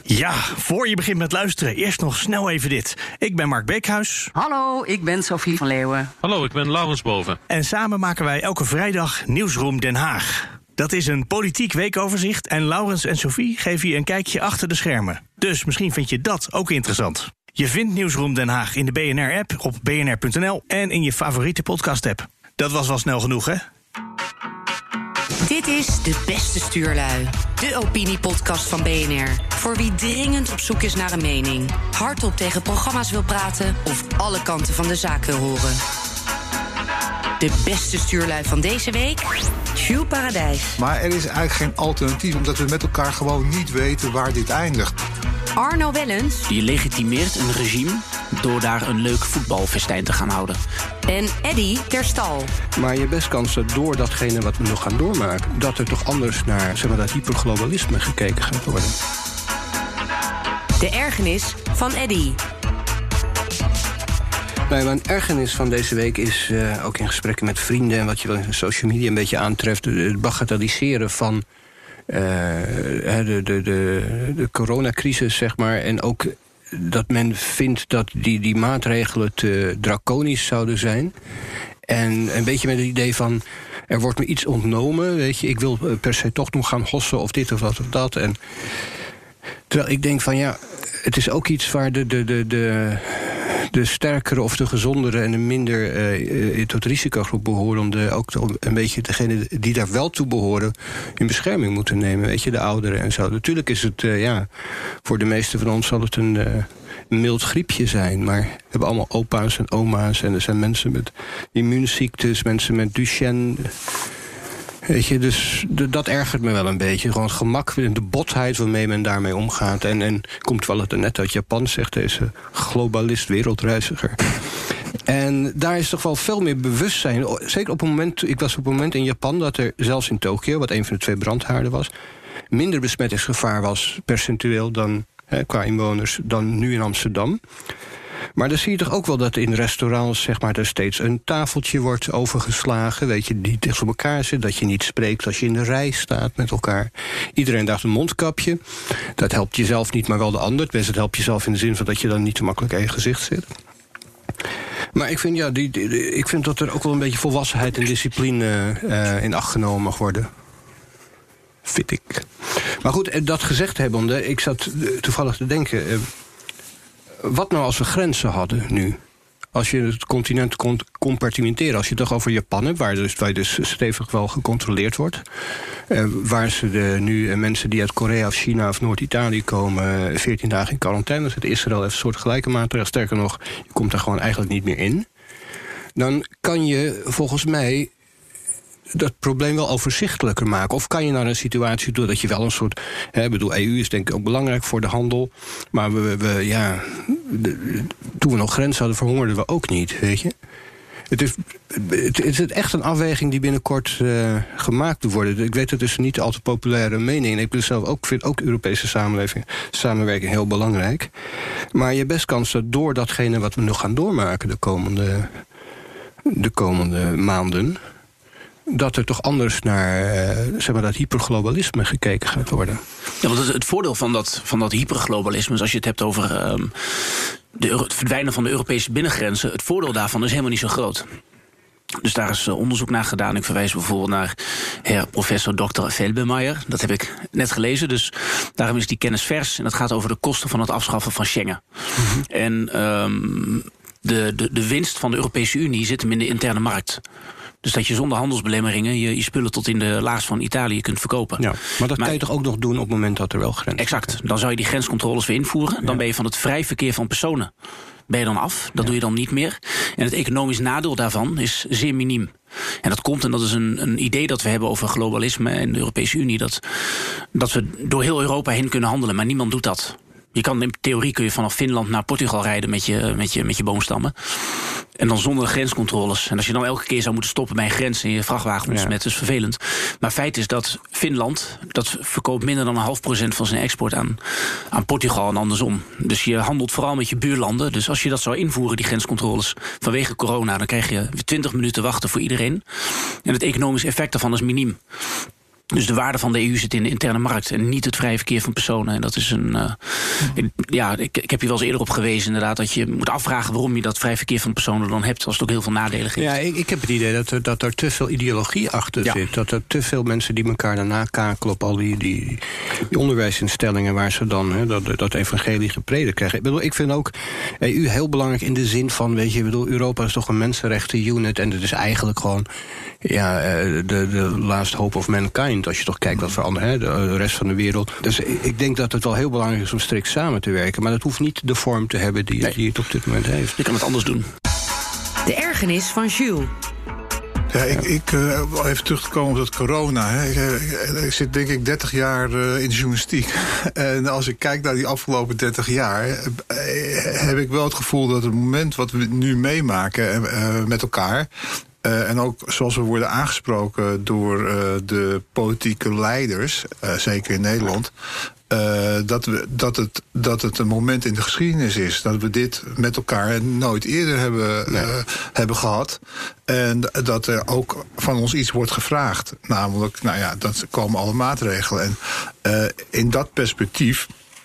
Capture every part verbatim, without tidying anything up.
Ja, voor je begint met luisteren, eerst nog snel even dit. Ik ben Mark Beekhuis. Hallo, ik ben Sophie van Leeuwen. Hallo, ik ben Laurens Boven. En samen maken wij elke vrijdag Nieuwsroom Den Haag. Dat is een politiek weekoverzicht en Laurens en Sophie geven je een kijkje achter de schermen. Dus misschien vind je dat ook interessant. Je vindt Nieuwsroom Den Haag in de B N R-app, op b n r punt n l en in je favoriete podcast-app. Dat was wel snel genoeg, hè? Dit is De Beste Stuurlui, de opiniepodcast van B N R. Voor wie dringend op zoek is naar een mening, hardop tegen programma's wil praten of alle kanten van de zaak wil horen. De beste stuurlui van deze week, Jules Paradijs. Maar er is eigenlijk geen alternatief, omdat we met elkaar gewoon niet weten waar dit eindigt. Arno Wellens. Je legitimeert een regime door daar een leuk voetbalfestijn te gaan houden. En Eddy Terstal. Maar je best kans dat door datgene wat we nog gaan doormaken, dat er toch anders naar, zeg maar, dat hyperglobalisme gekeken gaat worden. De ergernis van Eddy. Nou, mijn ergernis van deze week is, uh, ook in gesprekken met vrienden en wat je wel in social media een beetje aantreft, het bagatelliseren van uh, de, de, de, de coronacrisis, zeg maar. En ook dat men vindt dat die, die maatregelen te draconisch zouden zijn. En een beetje met het idee van, er wordt me iets ontnomen, weet je, ik wil per se toch nog gaan hossen of dit of dat of dat. En terwijl ik denk van ja, het is ook iets waar de, de, de, de, de sterkere of de gezondere en de minder uh, tot risicogroep behoren, om de, ook de, een beetje degene die daar wel toe behoren in bescherming moeten nemen, weet je, de ouderen en zo. Natuurlijk is het, uh, ja, voor de meesten van ons zal het een, uh, een mild griepje zijn, maar we hebben allemaal opa's en oma's en er zijn mensen met immuunziektes, mensen met Duchenne. Weet je, dus de, dat ergert me wel een beetje. Gewoon het gemak en de botheid waarmee men daarmee omgaat. En, en komt wel het net uit Japan, zegt deze globalist wereldreiziger. En daar is toch wel veel meer bewustzijn. Zeker op het moment, ik was op het moment in Japan dat er zelfs in Tokio, wat een van de twee brandhaarden was, minder besmettingsgevaar was percentueel dan, hè, qua inwoners, dan nu in Amsterdam. Maar dan zie je toch ook wel dat in restaurants, zeg maar, er steeds een tafeltje wordt overgeslagen, weet je, die tegen elkaar zit, dat je niet spreekt als je in de rij staat met elkaar. Iedereen draagt een mondkapje. Dat helpt jezelf niet, maar wel de ander. Best, het helpt jezelf in de zin van dat je dan niet te makkelijk in je gezicht zit. Maar ik vind, ja, die, die, die, ik vind dat er ook wel een beetje volwassenheid en discipline uh, in acht genomen mag worden. Vind ik. Maar goed, dat gezegd hebbende, ik zat toevallig te denken, Uh, wat nou als we grenzen hadden nu? Als je het continent kon compartimenteren, als je het toch over Japan hebt, waar dus, waar dus stevig wel gecontroleerd wordt, Uh, waar ze de, nu uh, mensen die uit Korea of China of Noord-Italië komen uh, veertien dagen in quarantaine zitten. Israël heeft een soort gelijke maatregelen. Sterker nog, je komt daar gewoon eigenlijk niet meer in. Dan kan je volgens mij dat probleem wel overzichtelijker maken. Of kan je naar een situatie toe dat je wel een soort, hè, ik bedoel, E U is denk ik ook belangrijk voor de handel, maar we, we ja, de, toen we nog grenzen hadden, verhongerden we ook niet, weet je. Het is, het is echt een afweging die binnenkort uh, gemaakt moet worden. Ik weet, het is niet al te populaire mening. En ik ben zelf ook, vind ook Europese samenleving, samenwerking heel belangrijk. Maar je best kans dat door datgene wat we nog gaan doormaken de komende, de komende maanden, dat er toch anders naar, uh, zeg maar, dat hyperglobalisme gekeken gaat worden. Ja, want het, het voordeel van dat, van dat hyperglobalisme is, als je het hebt over um, de, het verdwijnen van de Europese binnengrenzen, het voordeel daarvan is helemaal niet zo groot. Dus daar is uh, onderzoek naar gedaan. Ik verwijs bijvoorbeeld naar her professor dokter Felbermayr. Dat heb ik net gelezen, dus daarom is die kennis vers. En dat gaat over de kosten van het afschaffen van Schengen. Mm-hmm. En um, de, de, de winst van de Europese Unie zit hem in de interne markt. Dus dat je zonder handelsbelemmeringen je, je spullen tot in de laars van Italië kunt verkopen. Ja, maar dat maar, kan je toch ook nog doen op het moment dat er wel grenzen exact. Zijn? Dan zou je die grenscontroles weer invoeren. Ja. Dan ben je van het vrij verkeer van personen ben je dan af. Dat ja. doe je dan niet meer. En het economisch nadeel daarvan is zeer miniem. En dat komt, en dat is een, een idee dat we hebben over globalisme en de Europese Unie, dat, dat we door heel Europa heen kunnen handelen, maar niemand doet dat. Je kan in theorie kun je vanaf Finland naar Portugal rijden met je, met je, met je boomstammen. En dan zonder grenscontroles. En als je dan elke keer zou moeten stoppen bij een grens en je vrachtwagen moet smetten, is vervelend. Maar feit is dat Finland, dat verkoopt minder dan een half procent van zijn export aan, aan Portugal en andersom. Dus je handelt vooral met je buurlanden. Dus als je dat zou invoeren, die grenscontroles, vanwege corona, dan krijg je twintig minuten wachten voor iedereen. En het economische effect daarvan is miniem. Dus de waarde van de E U zit in de interne markt en niet het vrije verkeer van personen. En dat is een. Uh, mm-hmm. Ja, ik, ik heb je wel eens eerder op gewezen, inderdaad, dat je moet afvragen waarom je dat vrije verkeer van personen dan hebt, als het ook heel veel nadelen geeft. Ja, ik, ik heb het idee dat er, dat er te veel ideologie achter ja. zit. Dat er te veel mensen die elkaar daarna kakelen op al die, die, die onderwijsinstellingen waar ze dan he, dat, dat evangelie gepredikt krijgen. Ik bedoel, ik vind ook E U heel belangrijk in de zin van, weet je, ik bedoel, Europa is toch een mensenrechten-unit en het is eigenlijk gewoon ja, de, de last hope of mankind, als je toch kijkt wat voor anderen, de rest van de wereld. Dus ik denk dat het wel heel belangrijk is om strikt samen te werken, maar dat hoeft niet de vorm te hebben die, nee. die het op dit moment heeft. Je kan het anders doen. De ergernis van Jules. Ja, ik, ik uh, even terug te komen op dat corona. Hè. Ik, ik, ik zit denk ik dertig jaar uh, in de journalistiek. En als ik kijk naar die afgelopen dertig jaar, uh, heb ik wel het gevoel dat het moment wat we nu meemaken uh, met elkaar, Uh, en ook zoals we worden aangesproken door uh, de politieke leiders, uh, zeker in Nederland, Uh, dat, we, dat, het, dat het een moment in de geschiedenis is. Dat we dit met elkaar nooit eerder hebben, nee. uh, hebben gehad. En dat er ook van ons iets wordt gevraagd. Namelijk, nou ja, dat komen alle maatregelen. En uh, in dat perspectief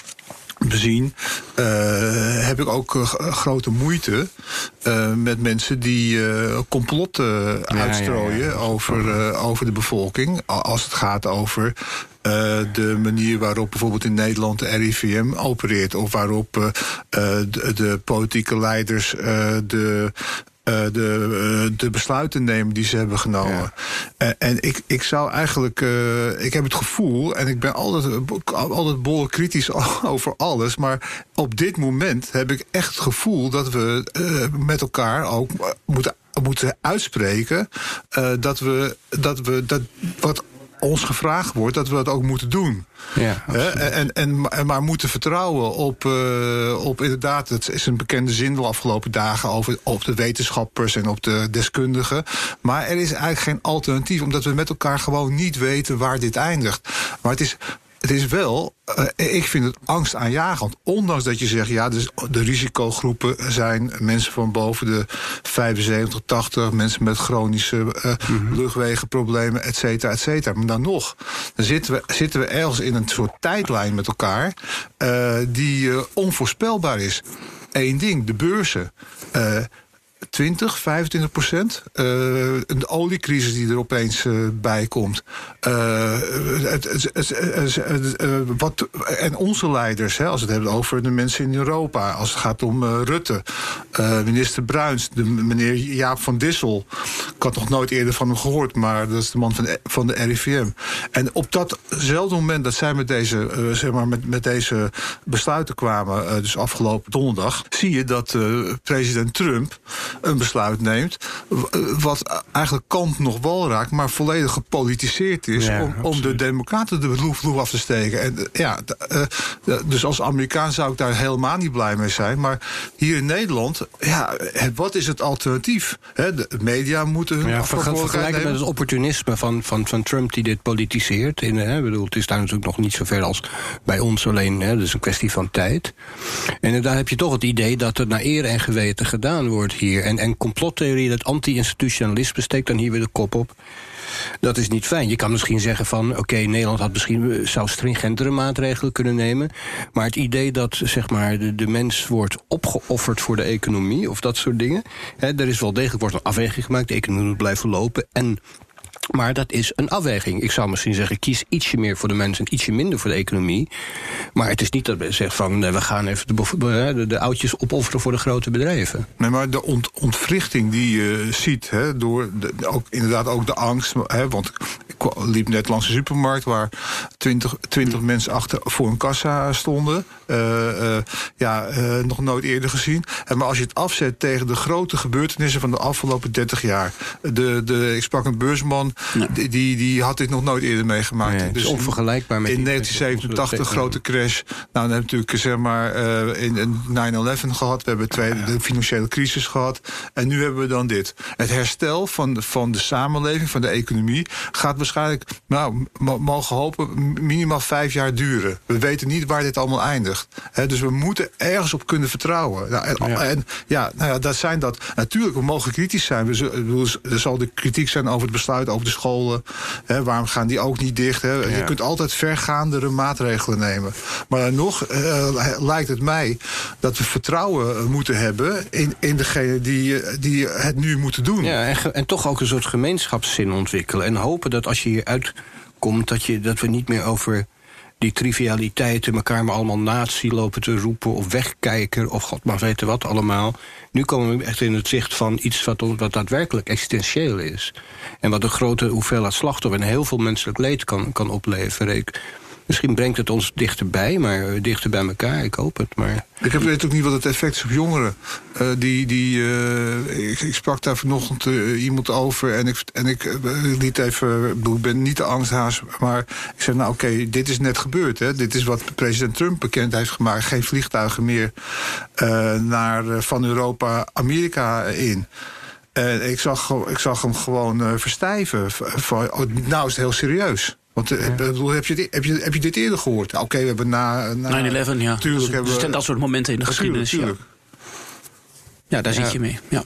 bezien uh, heb ik ook uh, grote moeite uh, met mensen die uh, complotten ja, uitstrooien ja, ja. Over, uh, over de bevolking. Als het gaat over Uh, de manier waarop bijvoorbeeld in Nederland de R I V M opereert, of waarop uh, de, de politieke leiders uh, de Uh, de, uh, de besluiten nemen die ze hebben genomen. Ja. Uh, en ik, ik zou eigenlijk, uh, ik heb het gevoel, en ik ben altijd, altijd bolle kritisch over alles, maar op dit moment heb ik echt het gevoel dat we uh, met elkaar ook moeten, moeten uitspreken uh, dat we, dat we dat wat ons gevraagd wordt, dat we dat ook moeten doen. Ja, en, en, en maar moeten vertrouwen op, uh, op inderdaad, het is een bekende zin de afgelopen dagen over op de wetenschappers en op de deskundigen. Maar er is eigenlijk geen alternatief, omdat we met elkaar gewoon niet weten waar dit eindigt. Maar het is Het is wel, uh, ik vind het angstaanjagend. Ondanks dat je zegt, ja, dus de risicogroepen zijn mensen van boven de vijfenzeventig, tachtig... mensen met chronische uh, mm-hmm. luchtwegenproblemen, et cetera, et cetera. Maar dan nog, dan zitten we, zitten we ergens in een soort tijdlijn met elkaar Uh, die uh, onvoorspelbaar is. Eén ding, de beurzen. Uh, twintig, vijfentwintig procent. Uh, de oliecrisis die er opeens uh, bij komt. Uh, het, het, het, het, het, uh, wat, en onze leiders, hè, als we het hebben over de mensen in Europa, als het gaat om uh, Rutte, uh, minister Bruins, de, meneer Jaap van Dissel. Ik had nog nooit eerder van hem gehoord, maar dat is de man van de, van de R I V M. En op datzelfde moment dat zij met deze, uh, zeg maar met, met deze besluiten kwamen, uh, dus afgelopen donderdag, zie je dat uh, president Trump een besluit neemt wat eigenlijk kant nog wal raakt, maar volledig gepolitiseerd is, ja, om, om de democraten de loef af te steken. En ja, uh, dus als Amerikaan zou ik daar helemaal niet blij mee zijn. Maar hier in Nederland, ja, wat is het alternatief? He, de media moeten hun ja, vergelijken met het opportunisme van, van, van Trump die dit politiseert. In, hè, bedoel, het is daar natuurlijk nog niet zo ver als bij ons alleen. Hè, dus een kwestie van tijd. En daar heb je toch het idee dat het naar eer en geweten gedaan wordt hier. En, en complottheorie, dat anti-institutionalisme steekt dan hier weer de kop op. Dat is niet fijn. Je kan misschien zeggen van, oké, okay, Nederland had misschien zou stringentere maatregelen kunnen nemen. Maar het idee dat, zeg maar, de, de mens wordt opgeofferd voor de economie of dat soort dingen. Hè, er is wel degelijk wordt een afweging gemaakt. De economie moet blijven lopen. En maar dat is een afweging. Ik zou misschien zeggen, kies ietsje meer voor de mensen en ietsje minder voor de economie. Maar het is niet dat we zeggen van, we gaan even de, de, de oudjes opofferen voor de grote bedrijven. Nee, maar de ont, ontwrichting die je ziet, hè, door de, ook, inderdaad ook de angst. Hè, want ik liep net langs de supermarkt waar twintig, twintig mensen achter voor een kassa stonden. Uh, uh, ja, uh, nog nooit eerder gezien. En maar als je het afzet tegen de grote gebeurtenissen van de afgelopen dertig jaar. De, de, ik sprak een beursman. Nee. Die, die, die had dit nog nooit eerder meegemaakt. Nee, dus onvergelijkbaar met in negentien zevenentachtig grote crash. Nou, dan hebben we natuurlijk zeg maar uh, in nine eleven gehad. We hebben twee, de financiële crisis gehad. En nu hebben we dan dit. Het herstel van de, van de samenleving, van de economie, gaat waarschijnlijk, nou, mogen hopen, minimaal vijf jaar duren. We weten niet waar dit allemaal eindigt. He, dus we moeten ergens op kunnen vertrouwen. Nou, en, ja. en ja, nou ja, dat zijn dat. Natuurlijk, we mogen kritisch zijn. We zullen, er zal de kritiek zijn over het besluit over over de scholen. Hè, waarom gaan die ook niet dicht? Hè? Ja. Je kunt altijd vergaandere maatregelen nemen. Maar dan nog uh, lijkt het mij dat we vertrouwen moeten hebben in, in degene die, die het nu moeten doen. Ja, en, ge- en toch ook een soort gemeenschapszin ontwikkelen. En hopen dat als je hier uitkomt, dat, je, dat we niet meer over die trivialiteiten elkaar maar allemaal nazi lopen te roepen of wegkijker of god maar weten wat allemaal. Nu komen we echt in het zicht van iets wat, wat daadwerkelijk existentieel is. En wat een grote hoeveelheid slachtoffer en heel veel menselijk leed kan, kan opleveren. Ik, misschien brengt het ons dichterbij, maar dichter bij elkaar, ik hoop het. Maar Ik weet ook niet wat het effect is op jongeren. Uh, die, die, uh, ik, ik sprak daar vanochtend uh, iemand over en ik, en ik uh, liet even, ik ben niet de angsthaas, maar ik zei, nou oké, okay, dit is net gebeurd. Hè? Dit is wat president Trump bekend heeft gemaakt. Geen vliegtuigen meer uh, naar, uh, van Europa Amerika in. En ik zag, ik zag hem gewoon uh, verstijven. Van, oh, nou is het heel serieus. Want uh, ja. bedoel, heb, je dit, heb, je, heb je dit eerder gehoord? Oké, okay, we hebben na... na nine eleven, ja. Tuurlijk dus, hebben we... dus dat soort momenten in de geschiedenis. Tuurlijk, tuurlijk. Ja. ja, daar ja. zit je mee. Ja.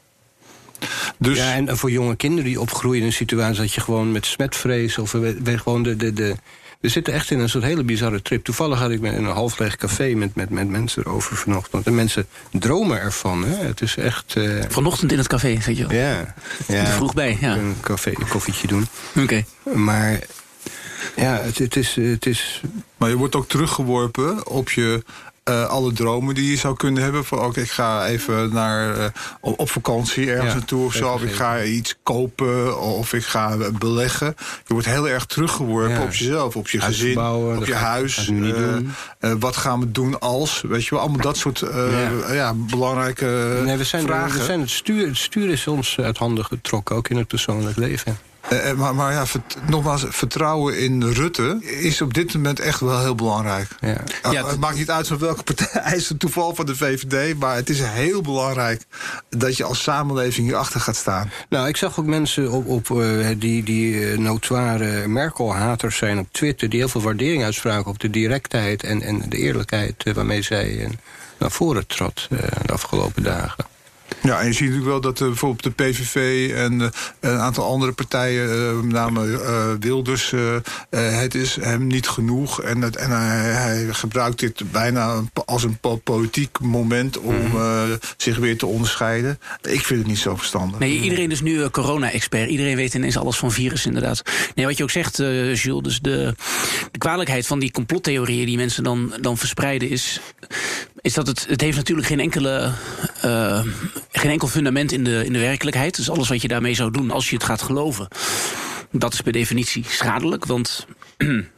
Dus... ja, en voor jonge kinderen die opgroeien in een situatie dat je gewoon met smetvrees of we, we gewoon de, de, de... We zitten echt in een soort hele bizarre trip. Toevallig had ik in een half leeg café met, met, met mensen erover vanochtend. En mensen dromen ervan. Hè. Het is echt... Uh... Vanochtend in het café, zeg je wel. Ja. ja. Er vroeg bij, ja. Een café, een koffietje doen. Oké. Okay. Maar... ja, het, het, is, het is... Maar je wordt ook teruggeworpen op je... Uh, alle dromen die je zou kunnen hebben. Van oké, okay, ik ga even naar, uh, op vakantie ergens ja, naartoe of zo. Of ik ga iets kopen of ik ga beleggen. Je wordt heel erg teruggeworpen ja. op jezelf, op je gezin, bouwen, op je huis. Uh, uh, wat gaan we doen als? Weet je wel, allemaal dat soort uh, ja. Ja, belangrijke nee, we zijn, vragen. We zijn het, stuur, het stuur is ons uit handen getrokken, ook in het persoonlijk leven. Uh, maar, maar ja, vert, nogmaals, vertrouwen in Rutte is op dit moment echt wel heel belangrijk. Ja. Uh, ja, het maakt niet uit van welke partij is het toeval van de V V D... maar het is heel belangrijk dat je als samenleving hierachter gaat staan. Nou, ik zag ook mensen op, op, uh, die, die uh, notoire Merkel-haters zijn op Twitter... die heel veel waardering uitspraken op de directheid en, en de eerlijkheid... Uh, waarmee zij uh, naar voren trad uh, de afgelopen dagen. Ja, en je ziet natuurlijk wel dat uh, bijvoorbeeld de P V V en uh, een aantal andere partijen, uh, met name uh, Wilders, uh, uh, het is hem niet genoeg. En, het, en hij, hij gebruikt dit bijna als een politiek moment om uh, zich weer te onderscheiden. Ik vind het niet zo verstandig. Nee, iedereen is nu uh, corona-expert. Iedereen weet ineens alles van virus, inderdaad. Nee, wat je ook zegt, uh, Jules, dus de, de kwalijkheid van die complottheorieën die mensen dan, dan verspreiden is... is dat het, het heeft natuurlijk geen enkele... Uh, geen enkel fundament in de, in de werkelijkheid. Dus alles wat je daarmee zou doen als je het gaat geloven... dat is per definitie schadelijk, want... um,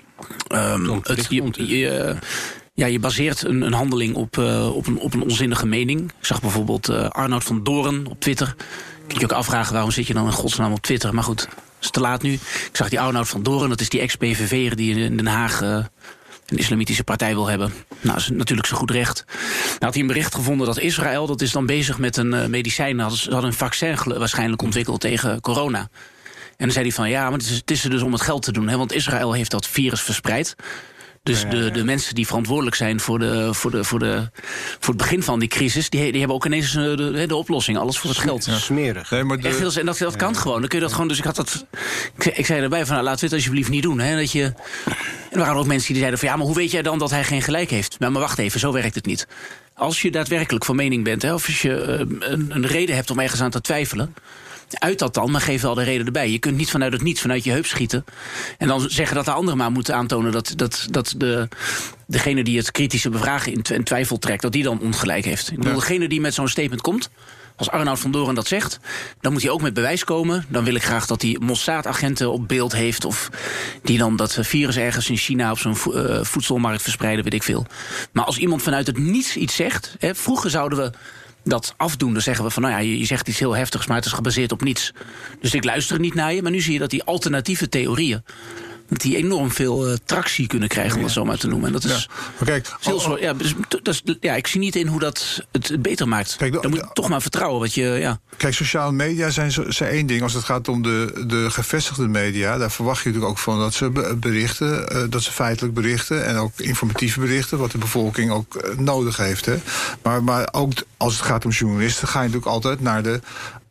het, je, je, ja, je baseert een, een handeling op, uh, op, een, op een onzinnige mening. Ik zag bijvoorbeeld uh, Arnoud van Doorn op Twitter. Kun je ook afvragen, waarom zit je dan in godsnaam op Twitter? Maar goed, het is te laat nu. Ik zag die Arnoud van Doorn, dat is die ex-P V V'er die in Den Haag... Uh, een islamitische partij wil hebben. Nou, dat is natuurlijk zijn goed recht. Nou had hij een bericht gevonden dat Israël... dat is dan bezig met een uh, medicijn... Ze hadden een vaccin waarschijnlijk ontwikkeld tegen corona. En dan zei hij van, ja, maar het is, het is er dus om het geld te doen. Hè, want Israël heeft dat virus verspreid. Dus ja, ja, ja. De, de mensen die verantwoordelijk zijn voor, de, voor, de, voor, de, voor het begin van die crisis... die, die hebben ook ineens de, de oplossing. Alles voor het geld. Ja, smerig. Nee, maar de... Echt heel, en dat, dat kan ja. gewoon. Dan kun je dat gewoon. Dus ik had dat. Ik, ik zei erbij van, nou, laten we het alsjeblieft niet doen. Hè, dat je, en er waren ook mensen die zeiden van, ja, maar hoe weet jij dan dat hij geen gelijk heeft? Maar, maar wacht even, zo werkt het niet. Als je daadwerkelijk van mening bent, hè, of als je uh, een, een reden hebt om ergens aan te twijfelen... uit dat dan, maar geef wel de reden erbij. Je kunt niet vanuit het niets, vanuit je heup schieten... en dan zeggen dat de anderen maar moeten aantonen... dat, dat, dat de, degene die het kritische bevragen in, in twijfel trekt... dat die dan ongelijk heeft. Ik bedoel, ja. Degene die met zo'n statement komt... als Arnoud van Doorn dat zegt, dan moet hij ook met bewijs komen. Dan wil ik graag dat hij Mossad-agenten op beeld heeft... of die dan dat virus ergens in China op zo'n vo- uh, voedselmarkt verspreiden, weet ik veel. Maar als iemand vanuit het niets iets zegt... Hè, vroeger zouden we... dat afdoen, dan zeggen we van, nou ja, je, je zegt iets heel heftigs... maar het is gebaseerd op niets. Dus ik luister niet naar je, maar nu zie je dat die alternatieve theorieën... dat die enorm veel uh, tractie kunnen krijgen, om het zo maar te noemen. En dat is, ja. Maar kijk, heel zo, ja, dus, dat is, ja, ik zie niet in hoe dat het beter maakt. Kijk, dan moet je toch maar vertrouwen. Wat je, ja. Kijk, sociale media zijn, zijn één ding. Als het gaat om de, de gevestigde media... daar verwacht je natuurlijk ook van dat ze berichten... Uh, dat ze feitelijk berichten en ook informatieve berichten... wat de bevolking ook uh, nodig heeft. Hè. Maar, maar ook als het gaat om journalisten... ga je natuurlijk altijd naar de...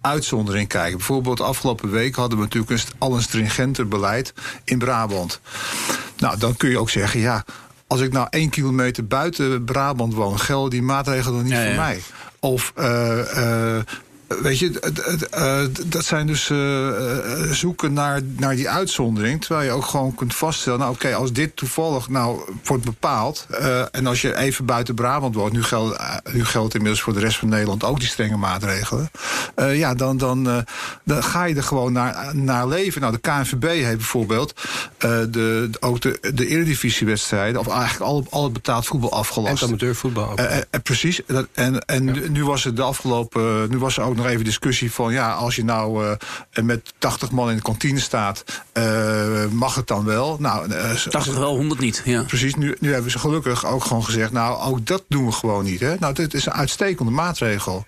uitzondering kijken. Bijvoorbeeld afgelopen week hadden we natuurlijk een, al een stringenter beleid in Brabant. Nou, dan kun je ook zeggen, ja, als ik nou één kilometer buiten Brabant woon, gelden die maatregelen dan niet ja, voor ja. mij. Of uh, uh, weet je, uh, dat zijn dus uh, zoeken naar, naar die uitzondering. Terwijl je ook gewoon kunt vaststellen, nou oké, okay, als dit toevallig nou wordt bepaald, Uh, en als je even buiten Brabant woont, nu geldt, uh, nu geldt inmiddels voor de rest van Nederland ook die strenge maatregelen. Uh, ja, dan, dan, uh, dan ga je er gewoon naar, naar leven. Nou, de K N V B heeft bijvoorbeeld uh, de, ook de, de eredivisiewedstrijden, of eigenlijk al, al het betaald voetbal afgelast. En amateurvoetbal ook. Uh, uh, precies. Dat, en en ja. nu was het de afgelopen, uh, nu was er ook nog even discussie van, ja, als je nou uh, met tachtig man in de kantine staat, uh, mag het dan wel? Nou, uh, tachtig wel, honderd niet. Ja. Precies, nu, nu hebben ze gelukkig ook gewoon gezegd, nou, ook dat doen we gewoon niet. Hè? Nou, dit is een uitstekende maatregel.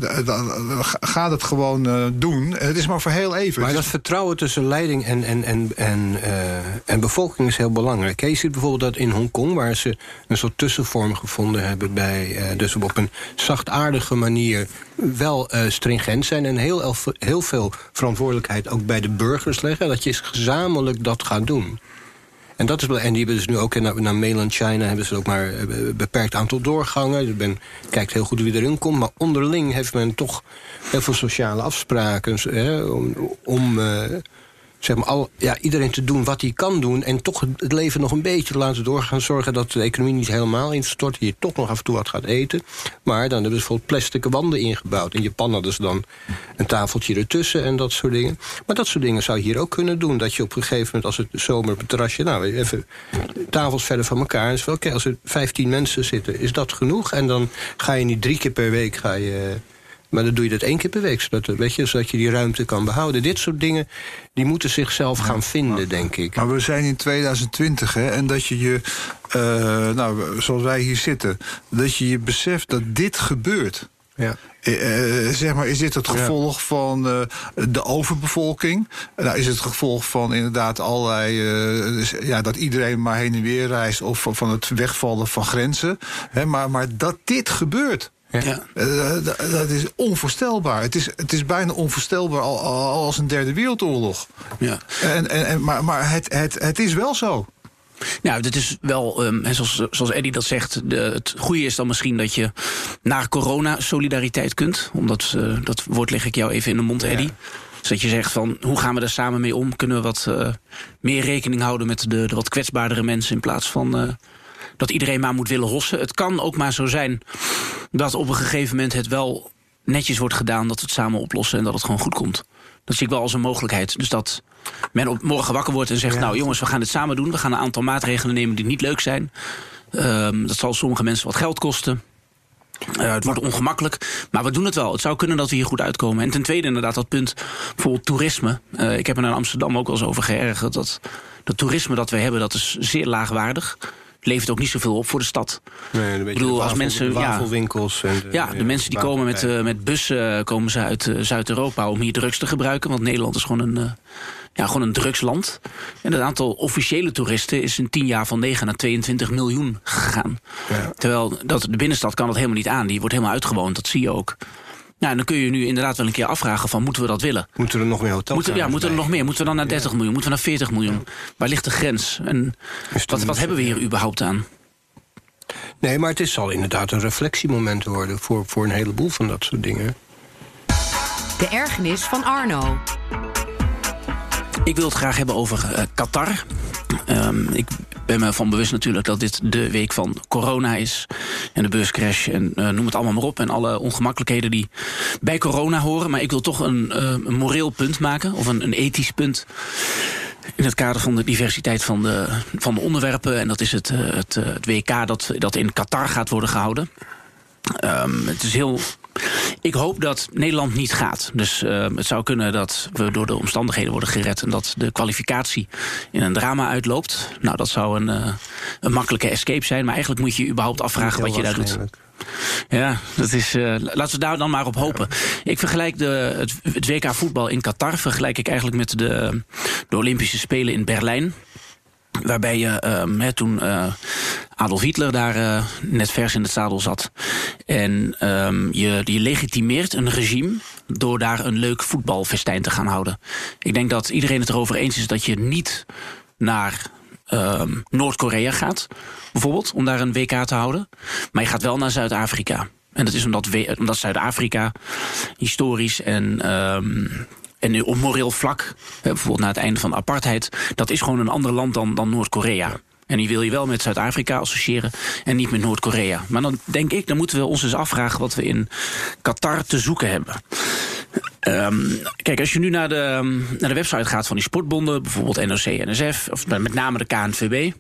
Ga het gewoon uh, doen. Het is maar voor heel even. Maar dat vertrouwen tussen leiding en, en, en, en, uh, en bevolking is heel belangrijk. Je ziet bijvoorbeeld dat in Hongkong, waar ze een soort tussenvorm gevonden hebben bij, uh, dus op een zachtaardige manier wel uh, stringent zijn en heel, heel veel verantwoordelijkheid ook bij de burgers leggen, dat je gezamenlijk dat gaat doen. En, dat is, en die hebben dus nu ook naar, naar mainland China hebben ze ook maar een beperkt aantal doorgangen. Je ben, kijkt heel goed wie erin komt. Maar onderling heeft men toch heel veel sociale afspraken hè, om, om uh, zeg maar al, ja, iedereen te doen wat hij kan doen en toch het leven nog een beetje te laten doorgaan. Zorgen dat de economie niet helemaal instort. Je toch nog af en toe wat gaat eten. Maar dan hebben ze bijvoorbeeld plastic wanden ingebouwd. In Japan hadden ze dan een tafeltje ertussen en dat soort dingen. Maar dat soort dingen zou je hier ook kunnen doen. Dat je op een gegeven moment, als het zomer op het terrasje, nou, even tafels verder van elkaar. En oké, okay, als er vijftien mensen zitten, is dat genoeg? En dan ga je niet drie keer per week ga je. Maar dan doe je dat één keer per week, zodat, weet je, zodat je die ruimte kan behouden. Dit soort dingen, die moeten zichzelf gaan vinden, ja, denk ik. Maar we zijn in tweeduizend twintig, hè, en dat je je, uh, nou, zoals wij hier zitten, dat je je beseft dat dit gebeurt. Ja. Uh, zeg maar, is dit het gevolg ja. van uh, de overbevolking? Nou, is het gevolg van inderdaad allerlei, uh, dus, ja, dat iedereen maar heen en weer reist, of van het wegvallen van grenzen? Hè, maar, maar dat dit gebeurt. Ja. Uh, dat, dat is onvoorstelbaar. Het is, het is bijna onvoorstelbaar al, al als een derde wereldoorlog. Ja. En, en, en, maar maar het, het, het is wel zo. Nou, dat is wel, um, zoals, zoals Eddie dat zegt, de, het goede is dan misschien dat je naar corona solidariteit kunt. Omdat, uh, dat woord leg ik jou even in de mond, Eddie. Ja. Dus dat je zegt van, hoe gaan we daar samen mee om? Kunnen we wat uh, meer rekening houden met de, de wat kwetsbaardere mensen in plaats van Uh, dat iedereen maar moet willen hossen. Het kan ook maar zo zijn dat op een gegeven moment het wel netjes wordt gedaan, dat we het samen oplossen en dat het gewoon goed komt. Dat zie ik wel als een mogelijkheid. Dus dat men op morgen wakker wordt en zegt, ja, nou jongens, we gaan het samen doen. We gaan een aantal maatregelen nemen die niet leuk zijn. Um, dat zal sommige mensen wat geld kosten. Uh, het wordt ongemakkelijk, maar we doen het wel. Het zou kunnen dat we hier goed uitkomen. En ten tweede inderdaad dat punt, bijvoorbeeld toerisme. Uh, ik heb er in Amsterdam ook wel eens over geërgerd. Dat, dat toerisme dat we hebben, dat is zeer laagwaardig. Levert ook niet zoveel op voor de stad. Nee, ik bedoel, wafel, als mensen, wafelwinkels. En de, ja, de ja, mensen die komen met, uh, met bussen komen ze uit uh, Zuid-Europa om hier drugs te gebruiken. Want Nederland is gewoon een, uh, ja, gewoon een drugsland. En het aantal officiële toeristen is in tien jaar van negen naar tweeëntwintig miljoen gegaan. Ja. Terwijl dat, de binnenstad kan dat helemaal niet aan. Die wordt helemaal uitgewoond, dat zie je ook. Nou, dan kun je nu inderdaad wel een keer afvragen van, moeten we dat willen? Moeten er nog meer hotels moeten, Ja, moeten er nog meer? Moeten we dan naar dertig miljoen? Moeten we naar veertig miljoen? Ja. Waar ligt de grens? En wat, wat hebben we hier überhaupt aan? Nee, maar het is, zal inderdaad een reflectiemoment worden voor, voor een heleboel van dat soort dingen. De ergernis van Arno. Ik wil het graag hebben over uh, Qatar. Um, ik ben me van bewust natuurlijk dat dit de week van corona is. En de beurscrash en uh, noem het allemaal maar op. En alle ongemakkelijkheden die bij corona horen. Maar ik wil toch een, uh, een moreel punt maken. Of een, een ethisch punt. In het kader van de diversiteit van de, van de onderwerpen. En dat is het, uh, het, uh, het W K dat, dat in Qatar gaat worden gehouden. Um, het is heel. Ik hoop dat Nederland niet gaat. Dus uh, het zou kunnen dat we door de omstandigheden worden gered en dat de kwalificatie in een drama uitloopt. Nou, dat zou een, uh, een makkelijke escape zijn. Maar eigenlijk moet je je überhaupt afvragen wat je daar doet. Ja, dat is, uh, laten we daar dan maar op hopen. Ik vergelijk de, het, het W K voetbal in Qatar vergelijk ik eigenlijk met de, de Olympische Spelen in Berlijn. Waarbij je um, he, toen uh, Adolf Hitler daar uh, net vers in het zadel zat. En um, je, je legitimeert een regime door daar een leuk voetbalfestijn te gaan houden. Ik denk dat iedereen het erover eens is dat je niet naar um, Noord-Korea gaat, bijvoorbeeld, om daar een W K te houden. Maar je gaat wel naar Zuid-Afrika. En dat is omdat, we, omdat Zuid-Afrika historisch en Um, En op moreel vlak, bijvoorbeeld na het einde van de apartheid, dat is gewoon een ander land dan, dan Noord-Korea. En die wil je wel met Zuid-Afrika associëren en niet met Noord-Korea. Maar dan denk ik, dan moeten we ons eens afvragen wat we in Qatar te zoeken hebben. Um, kijk, als je nu naar de, naar de website gaat van die sportbonden, bijvoorbeeld N O C, N S F, of met name de K N V B,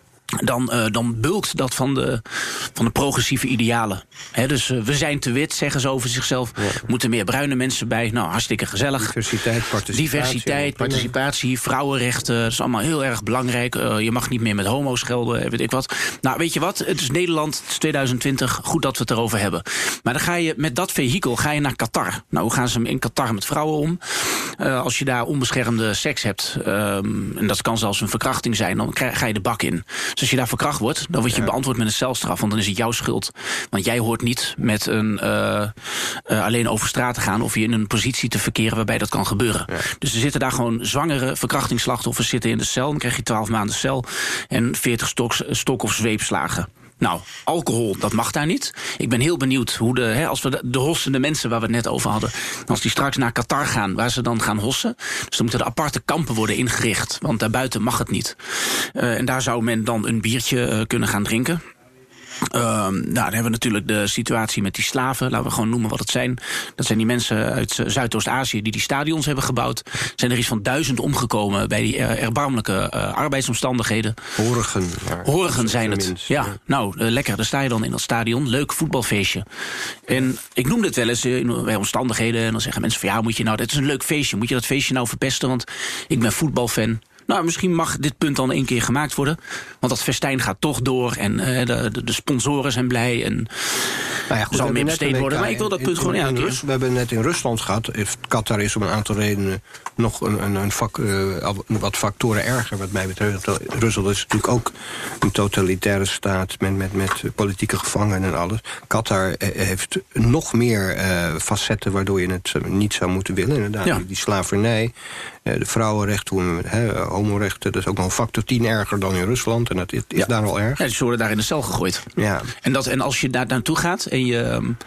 Dan, uh, dan bulkt dat van de, van de progressieve idealen. He, dus uh, we zijn te wit, zeggen ze over zichzelf. Ja. Moeten meer bruine mensen bij. Nou, hartstikke gezellig. Diversiteit, participatie. Diversiteit, participatie, vrouwenrechten. Dat is allemaal heel erg belangrijk. Uh, je mag niet meer met homo's schelden, weet ik wat. Nou, weet je wat? Het is Nederland, het is twintig twintig. Goed dat we het erover hebben. Maar dan ga je met dat vehikel ga je naar Qatar. Nou, hoe gaan ze in Qatar met vrouwen om? Uh, als je daar onbeschermde seks hebt, um, en dat kan zelfs een verkrachting zijn, dan krijg, ga je de bak in. Dus als je daar verkracht wordt, dan word je ja. beantwoord met een celstraf. Want dan is het jouw schuld. Want jij hoort niet met een uh, uh, alleen over straat te gaan of je in een positie te verkeren waarbij dat kan gebeuren. Ja. Dus er zitten daar gewoon zwangere verkrachtingsslachtoffers zitten in de cel. Dan krijg je twaalf maanden cel en veertig stoks, stok- of zweepslagen. Nou, alcohol, dat mag daar niet. Ik ben heel benieuwd hoe de, hè, als we de, de hossende mensen waar we het net over hadden, als die straks naar Qatar gaan, waar ze dan gaan hossen. Dus dan moeten er aparte kampen worden ingericht, want daarbuiten mag het niet. Uh, en daar zou men dan een biertje uh, kunnen gaan drinken. Uh, nou, dan hebben we natuurlijk de situatie met die slaven. Laten we gewoon noemen wat het zijn. Dat zijn die mensen uit uh, Zuidoost-Azië die die stadions hebben gebouwd. Er zijn er iets van duizend omgekomen bij die uh, erbarmelijke uh, arbeidsomstandigheden. Horigen. Horigen zijn het. Ja, ja. Nou, uh, lekker. Daar sta je dan in dat stadion. Leuk voetbalfeestje. En ik noem dit wel eens uh, bij omstandigheden. En dan zeggen mensen van ja, moet je nou, het is een leuk feestje. Moet je dat feestje nou verpesten? Want ik ben voetbalfan. Nou, misschien mag dit punt dan één keer gemaakt worden. Want dat festijn gaat toch door. En uh, de, de, de sponsoren zijn blij. En nou ja, goed, zal meer besteed worden. Maar ik wil dat punt in, gewoon... In, in ja, Rus, we hebben net in Rusland gehad. Qatar is om een aantal redenen nog een, een, een vak, uh, wat factoren erger wat mij betreft. Rusland is natuurlijk ook een totalitaire staat met, met, met politieke gevangenen en alles. Qatar heeft nog meer uh, facetten waardoor je het niet zou moeten willen. Inderdaad, ja. Die slavernij, de vrouwenrechten, he, homorechten, dat is ook nog een factor tien erger dan in Rusland. En dat is, is ja. daar al erg. Ja, ze worden daar in de cel gegooid. Ja. En, dat, en als je daar naartoe gaat en je,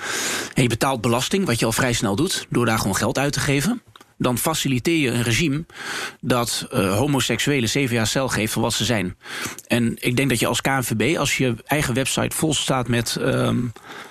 en je betaalt belasting, wat je al vrij snel doet, door daar gewoon geld uit te geven, dan faciliteer je een regime dat uh, homoseksuelen zeven jaar cel geeft voor wat ze zijn. En ik denk dat je als K N V B, als je eigen website vol staat met Um,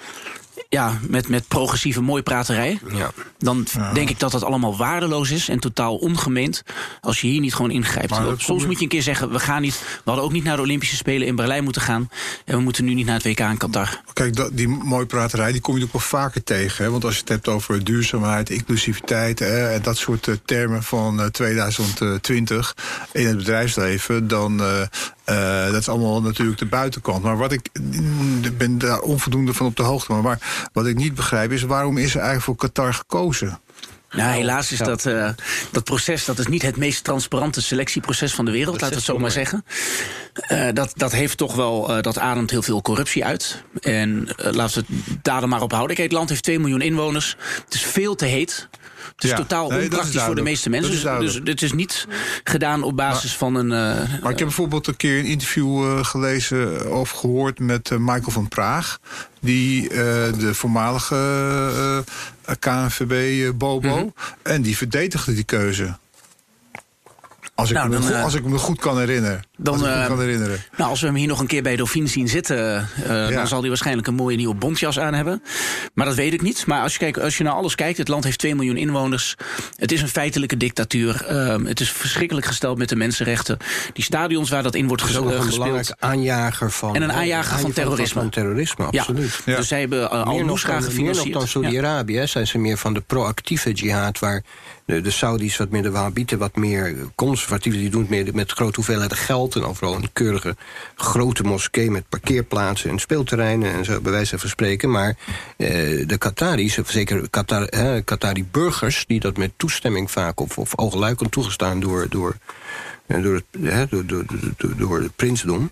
Ja, met, met progressieve mooipraterij. Ja. Dan ja. denk ik dat dat allemaal waardeloos is en totaal ongemeend als je hier niet gewoon ingrijpt. Soms moet je een keer zeggen, we gaan niet. We hadden ook niet naar de Olympische Spelen in Berlijn moeten gaan. En we moeten nu niet naar het W K in Qatar. Kijk, dat, die mooipraterij die kom je ook wel vaker tegen. Hè? Want als je het hebt over duurzaamheid, inclusiviteit hè, en dat soort uh, termen van uh, twintig twintig in het bedrijfsleven, dan Uh, Uh, dat is allemaal natuurlijk de buitenkant. Maar wat ik, ik ben daar onvoldoende van op de hoogte. Maar waar, wat ik niet begrijp is, waarom is er eigenlijk voor Qatar gekozen? Nou, helaas is dat, uh, dat proces, dat is niet het meest transparante selectieproces van de wereld, laten we het zo maar zeggen. Uh, dat, dat heeft toch wel, uh, dat ademt heel veel corruptie uit. En uh, laten we het daar dan maar op houden. Kijk, het land heeft twee miljoen inwoners. Het is veel te heet. Het is ja, totaal nee, onpraktisch is voor de meeste mensen. Dus, dus het is niet gedaan op basis maar, van een Uh, maar ik heb bijvoorbeeld een keer een interview uh, gelezen of gehoord met uh, Michael van Praag, die uh, de voormalige uh, K N V B-bobo, uh, mm-hmm. en die verdedigde die keuze. Als ik, nou, me, dan, goed, als ik me goed kan herinneren. Dan, als, ik me uh, kan herinneren. Nou, als we hem hier nog een keer bij Dauphine zien zitten, uh, ja. dan zal hij waarschijnlijk een mooie nieuwe bontjas aan hebben. Maar dat weet ik niet. Maar als je, kijkt, als je naar alles kijkt, het land heeft twee miljoen inwoners. Het is een feitelijke dictatuur. Uh, het is verschrikkelijk gesteld met de mensenrechten. Die stadions waar dat in wordt ges- uh, gespeeld. Een belangrijke aanjager van. En een aanjager van terrorisme. Van terrorisme, absoluut. Ja. Ja. Dus zij hebben uh, Al-Nusra gefinancierd. Meer nog dan Saudi-Arabië, ja. zijn ze meer van de proactieve jihad, waar de, de Saudis wat meer, de Wahhabieten wat meer conservatief conservatieven die doen het meer met grote hoeveelheden geld en overal een keurige grote moskee met parkeerplaatsen en speelterreinen en zo, bij wijze van spreken. Maar uh, de Qataris, of zeker Qatar, uh, Qatari burgers, die dat met toestemming vaak of, of ogenluikend toegestaan door, door, uh, door, het, uh, door, door, door, door het prinsdom.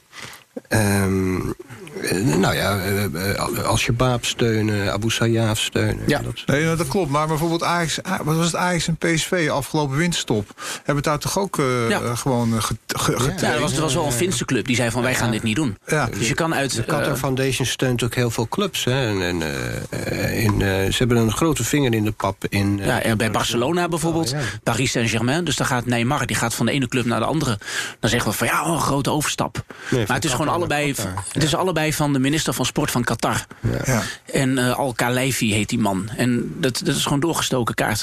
Um, nou ja, Al-Shabaab steunen, Abu Sayyaf steunen. Ja, dat, nee, nou, dat klopt. Maar bijvoorbeeld Ajax, wat was het Ajax en P S V afgelopen winterstop? Hebben het daar toch ook uh, ja. gewoon ge, ge, ja, ja, er was, er was wel een Finse club die zei van wij gaan ja. dit niet doen. Ja. Dus je kan uit... De Qatar uh, Foundation steunt ook heel veel clubs. Hè. En, en, uh, in, uh, ze hebben een grote vinger in de pap. In, uh, ja, en bij Barcelona bijvoorbeeld, oh, ja. Paris Saint-Germain. Dus dan gaat Neymar, die gaat van de ene club naar de andere. Dan zeggen we van ja, oh, een grote overstap. Nee, maar het is gewoon allebei, het is allebei van de minister van Sport van Qatar. Ja. En uh, Al-Khelaifi heet die man. En dat, dat is gewoon doorgestoken kaart.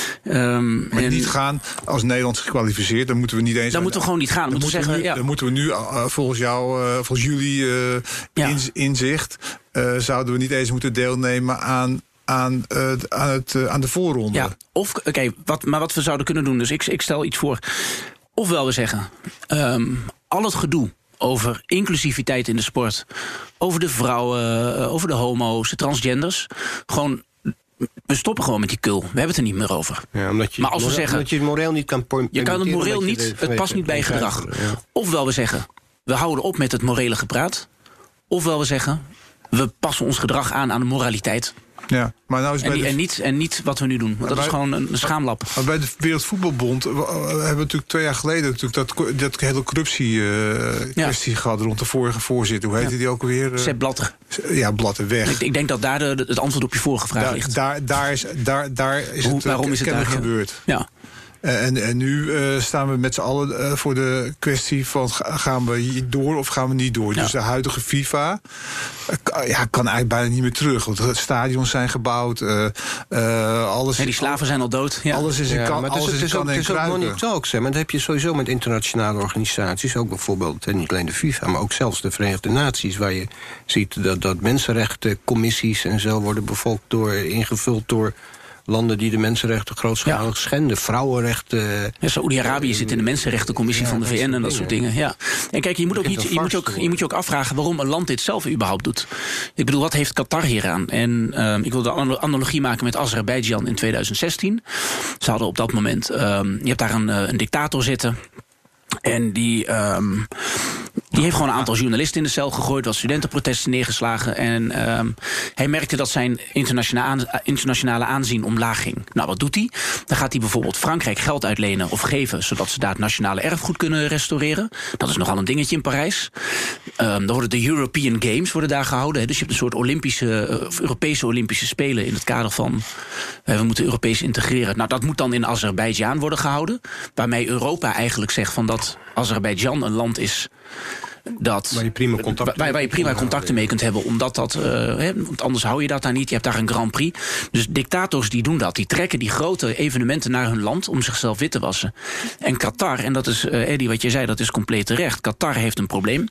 Um, maar en, niet gaan als Nederland zich kwalificeert, dan moeten we niet eens... Dan moeten we gewoon niet gaan. Dan, dan, moeten, moeten, we zeggen, nu, ja. dan moeten we nu, uh, volgens jou, uh, volgens jullie uh, ja. in, inzicht... Uh, zouden we niet eens moeten deelnemen aan... Aan, uh, aan, het, uh, aan de voorronde. Ja, of, oké, okay, wat, maar wat we zouden kunnen doen... dus ik, ik stel iets voor. Ofwel we zeggen... Um, al het gedoe over inclusiviteit in de sport... over de vrouwen, over de homo's, de transgenders... gewoon... We stoppen gewoon met die kul. We hebben het er niet meer over. Ja, omdat je, maar als we zeggen, omdat je het moreel niet kan... Je kan het moreel niet, het past niet bij gedrag. Ja. Ofwel we zeggen, we houden op met het morele gepraat. Ofwel we zeggen, we passen ons gedrag aan aan de moraliteit. Ja, maar nou is en, bij die, de... en, niet, en niet wat we nu doen. Want dat bij, is gewoon een, een schaamlap. Maar bij de Wereldvoetbalbond we, we hebben natuurlijk twee jaar geleden natuurlijk dat, dat hele corruptie uh, kwestie ja. gehad rond de vorige voorzitter. Hoe heette ja. die ook alweer? Uh, Sepp Blatter. Ja, Blatter weg. Ik, ik denk dat daar de, het antwoord op je vorige vraag daar, ligt. Daar, daar is, daar, daar is Hoe, het waarom is het daar gebeurd. Ja. En, en nu uh, staan we met z'n allen uh, voor de kwestie van... gaan we door of gaan we niet door? Ja. Dus de huidige FIFA uh, ja, kan eigenlijk bijna niet meer terug. Want de stadions zijn gebouwd. Uh, uh, alles, ja, die slaven zijn al dood. Ja. Alles is in ja, kan, maar alles het is, is in kan en Het is ook kruiken. money talks. Hè, maar dat heb je sowieso met internationale organisaties. Ook bijvoorbeeld, niet alleen de FIFA, maar ook zelfs de Verenigde Naties. Waar je ziet dat, dat mensenrechtencommissies en zo worden bevolkt door, ingevuld door... landen die de mensenrechten grootschalig ja. schenden. Vrouwenrechten. Ja, Saoedi-Arabië uh, zit in de Mensenrechtencommissie ja, van de V N en dat dingen. soort dingen. Ja. En kijk, je moet, ook niet, je, moet ook, je moet je ook afvragen waarom een land dit zelf überhaupt doet. Ik bedoel, wat heeft Qatar hier aan? En uh, ik wil de analogie maken met Azerbeidzjan in tweeduizend zestien. Ze hadden op dat moment... Um, je hebt daar een, een dictator zitten. En die... Um, Die heeft gewoon een aantal journalisten in de cel gegooid... wat studentenprotesten neergeslagen. En um, hij merkte dat zijn internationale, internationale aanzien omlaag ging. Nou, wat doet hij? Dan gaat hij bijvoorbeeld Frankrijk geld uitlenen of geven... zodat ze daar het nationale erfgoed kunnen restaureren. Dat is nogal een dingetje in Parijs. Um, dan worden de European Games worden daar gehouden. Hè. Dus je hebt een soort Olympische, uh, Europese Olympische Spelen... in het kader van uh, we moeten Europees integreren. Nou, dat moet dan in Azerbeidzjan worden gehouden. Waarmee Europa eigenlijk zegt van dat Azerbeidzjan een land is... Dat, waar je prima contacten, waar, waar je prima contacten mee kunt hebben. Omdat dat, uh, hè, want anders hou je dat daar niet. Je hebt daar een Grand Prix. Dus dictators die doen dat. Die trekken die grote evenementen naar hun land om zichzelf wit te wassen. En Qatar, en dat is, uh, Eddie, wat je zei, dat is compleet terecht. Qatar heeft een probleem.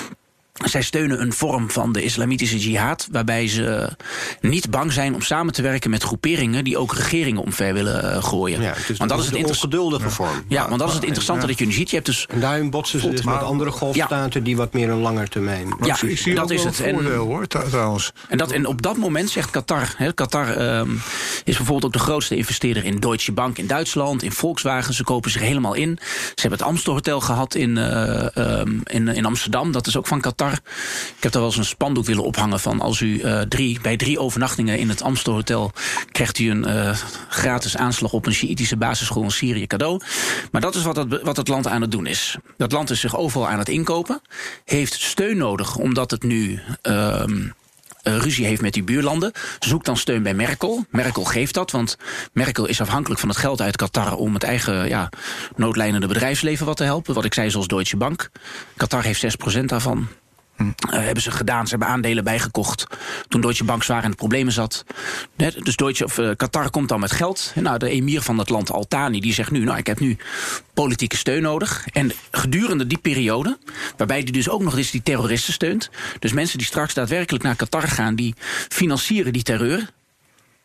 Zij steunen een vorm van de islamitische jihad... waarbij ze niet bang zijn om samen te werken met groeperingen... die ook regeringen omver willen uh, gooien. Ja, het is want dat is het inter- ongeduldige vorm. Ja, ja, want dat is het interessante ja. dat je nu ziet. Je hebt dus en daarin botsen ze dus met andere golfstaten... Ja. die wat meer een langer termijn... Ja, ik zie dat is het. Een voordeel, hoor, trouwens. En, dat, en op dat moment zegt Qatar... Hè, Qatar um, is bijvoorbeeld ook de grootste investeerder in Deutsche Bank in Duitsland... in Volkswagen, ze kopen zich helemaal in. Ze hebben het Amstel Hotel gehad in, uh, um, in, in Amsterdam. Dat is ook van Qatar. Ik heb daar wel eens een spandoek willen ophangen van... als u uh, drie, bij drie overnachtingen in het Amstel Hotel... krijgt u een uh, gratis aanslag op een Sjiïtische basisschool in Syrië cadeau. Maar dat is wat het, wat het land aan het doen is. Dat land is zich overal aan het inkopen. Heeft steun nodig, omdat het nu... Uh, Uh, ruzie heeft met die buurlanden. Zoekt dan steun bij Merkel. Merkel geeft dat, want Merkel is afhankelijk van het geld uit Qatar... om het eigen ja, noodlijnende bedrijfsleven wat te helpen. Wat ik zei, zoals Deutsche Bank. Qatar heeft zes procent daarvan. Hm. Uh, hebben ze gedaan, ze hebben aandelen bijgekocht... toen Deutsche Bank zwaar in de problemen zat. Net, dus Deutsche, of, uh, Qatar komt dan met geld. Nou, de emir van het land, Al Thani, die zegt nu... nou, ik heb nu politieke steun nodig. En gedurende die periode... waarbij hij dus ook nog eens die terroristen steunt... dus mensen die straks daadwerkelijk naar Qatar gaan... die financieren die terreur...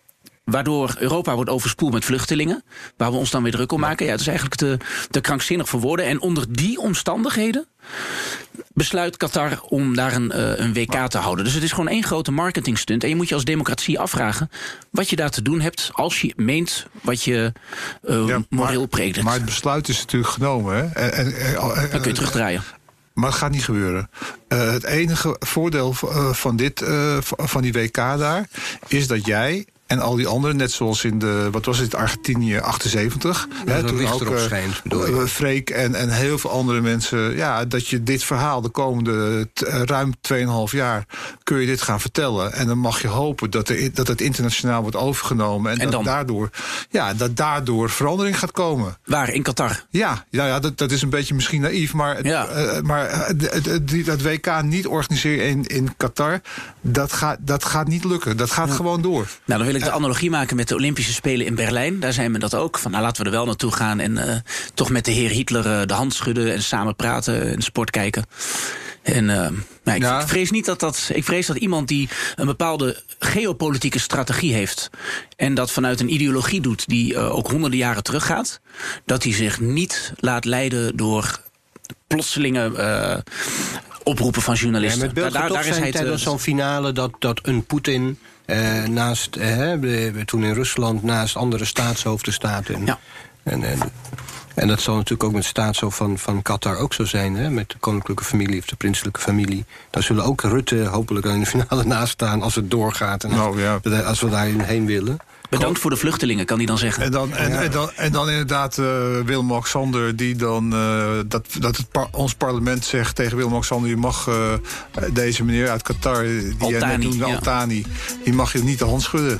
waardoor Europa wordt overspoeld met vluchtelingen, waar we ons dan weer druk om maken. Ja, het is eigenlijk te, te krankzinnig voor woorden. En onder die omstandigheden besluit Qatar om daar een, uh, een W K te houden. Dus het is gewoon één grote marketingstunt. En je moet je als democratie afvragen wat je daar te doen hebt als je meent wat je uh, ja, moreel preekt. Maar het besluit is natuurlijk genomen. Hè? En, en, en, dan kun je terugdraaien. Maar het gaat niet gebeuren. Uh, het enige voordeel uh, van, dit, uh, van die W K daar is dat jij en al die anderen, net zoals in de, wat was het, Argentinië achtenzeventig. Ja, hè, dat toen ook erop schijnt, bedoel uh, Freek en, en heel veel andere mensen. Ja, dat je dit verhaal de komende t, uh, ruim tweeënhalf jaar kun je dit gaan vertellen. En dan mag je hopen dat, er, dat het internationaal wordt overgenomen. En, en dat, daardoor, ja, dat daardoor verandering gaat komen. Waar? In Qatar? Ja, ja, ja dat, dat is een beetje misschien naïef. Maar, ja. uh, maar uh, die, dat W K niet organiseren in, in Qatar, dat gaat, dat gaat niet lukken. Dat gaat ja. gewoon door. Nou, dan wil ik de analogie maken met de Olympische Spelen in Berlijn. Daar zijn we dat ook. Van, nou, laten we er wel naartoe gaan en uh, toch met de heer Hitler uh, de hand schudden en samen praten en sport kijken. En uh, nou, ik, ja. ik vrees niet dat dat. Ik vrees dat iemand die een bepaalde geopolitieke strategie heeft en dat vanuit een ideologie doet die uh, ook honderden jaren teruggaat, dat hij zich niet laat leiden door plotselinge uh, oproepen van journalisten. Ja, daar, daar, daar is hij tijdens zo'n finale dat, dat een Poetin Uh, naast, uh, toen in Rusland naast andere staatshoofden staat. En, ja. en, en, en dat zal natuurlijk ook met de staatshoofd van, van Qatar ook zo zijn. Hè, met de koninklijke familie of de prinselijke familie. Daar zullen ook Rutte hopelijk in de finale naast staan als het doorgaat. En nou, ja. als, als we daarin heen willen. Bedankt voor de vluchtelingen, kan hij dan zeggen. En dan, en, ja. en dan, en dan inderdaad uh, Willem-Alexander, die dan uh, dat, dat het par, ons parlement zegt tegen Willem-Alexander, je mag uh, deze meneer uit Qatar, die jij net noemde, ja. Altani, die mag je niet de hand schudden.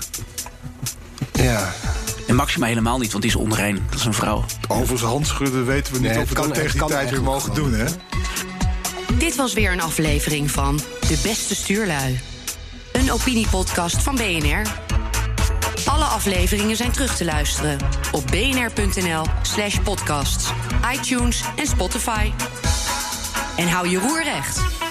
Ja. En Maxima helemaal niet, want die is onrein. Dat is een vrouw. Over zijn hand schudden weten we niet nee, of we kan, dat tegen die tijd weer mogen doen, hè? Dit was weer een aflevering van De Beste Stuurlui. Een opiniepodcast van B N R. Alle afleveringen zijn terug te luisteren op bnr.nl slash podcasts, iTunes en Spotify. En hou je roer recht.